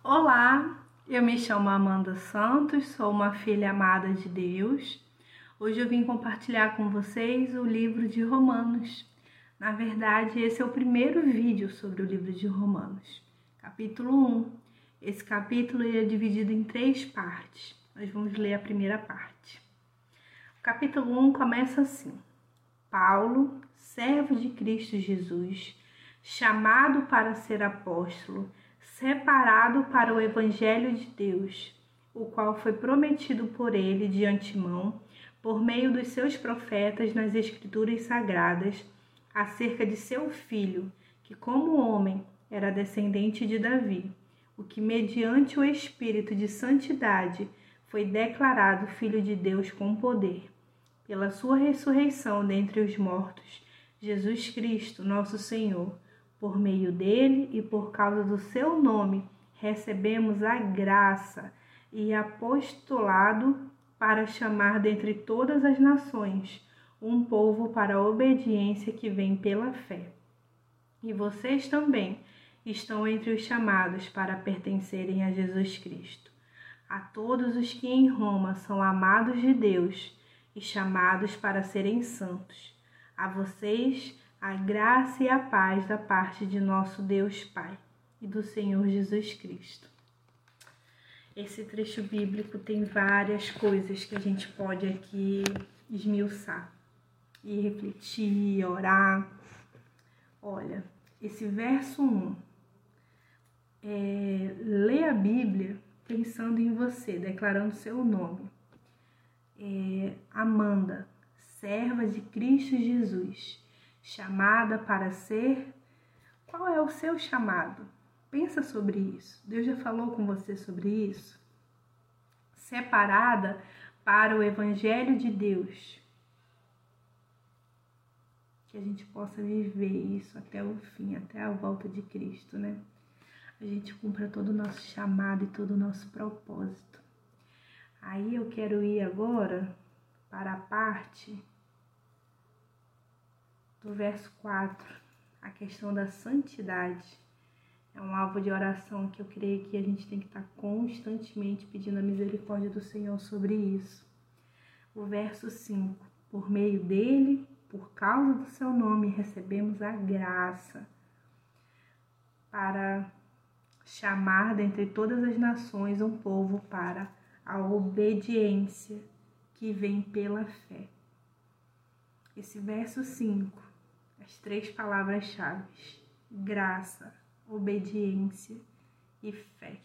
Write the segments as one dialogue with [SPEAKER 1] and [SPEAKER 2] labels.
[SPEAKER 1] Olá, eu me chamo Amanda Santos, sou uma filha amada de Deus. Hoje eu vim compartilhar com vocês o livro de Romanos. Na verdade, esse é o primeiro vídeo sobre o livro de Romanos, capítulo 1. Esse capítulo é dividido em 3 partes. Nós vamos ler a primeira parte. O capítulo 1 começa assim: Paulo, servo de Cristo Jesus, chamado para ser apóstolo, separado para o Evangelho de Deus, o qual foi prometido por ele de antemão, por meio dos seus profetas nas Escrituras Sagradas, acerca de seu filho, que como homem era descendente de Davi, o que mediante o Espírito de santidade foi declarado Filho de Deus com poder, pela sua ressurreição dentre os mortos, Jesus Cristo, nosso Senhor. Por meio dele e por causa do seu nome, recebemos a graça e apostolado para chamar dentre todas as nações um povo para a obediência que vem pela fé. E vocês também estão entre os chamados para pertencerem a Jesus Cristo. A todos os que em Roma são amados de Deus e chamados para serem santos. A vocês, a graça e a paz da parte de nosso Deus Pai e do Senhor Jesus Cristo. Esse trecho bíblico tem várias coisas que a gente pode aqui esmiuçar e refletir, orar. Olha, esse verso 1, lê a Bíblia pensando em você, declarando seu nome. Amanda, serva de Cristo Jesus, chamada para ser. Qual é o seu chamado? Pensa sobre isso. Deus já falou com você sobre isso? Separada para o Evangelho de Deus. Que a gente possa viver isso até o fim, até a volta de Cristo, né? A gente cumpra todo o nosso chamado e todo o nosso propósito. Aí eu quero ir agora para a parte do verso 4, a questão da santidade. É um alvo de oração que eu creio que a gente tem que estar constantemente pedindo a misericórdia do Senhor sobre isso. O verso 5, por meio dele, por causa do seu nome, recebemos a graça para chamar dentre todas as nações um povo para a obediência que vem pela fé. Esse verso 5, as 3 palavras-chave: graça, obediência e fé.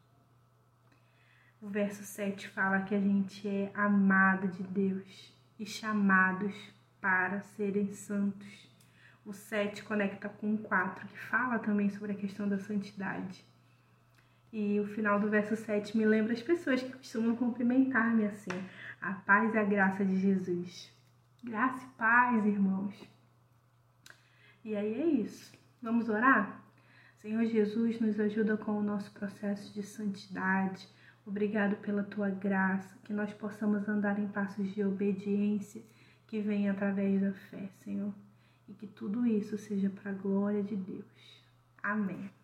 [SPEAKER 1] O verso 7 fala que a gente é amado de Deus e chamados para serem santos. O 7 conecta com o 4, que fala também sobre a questão da santidade. E o final do verso 7 me lembra as pessoas que costumam cumprimentar-me assim: a paz e a graça de Jesus. Graça e paz, irmãos. E aí é isso. Vamos orar? Senhor Jesus, nos ajuda com o nosso processo de santidade. Obrigado pela tua graça, que nós possamos andar em passos de obediência que vem através da fé, Senhor. E que tudo isso seja para a glória de Deus. Amém.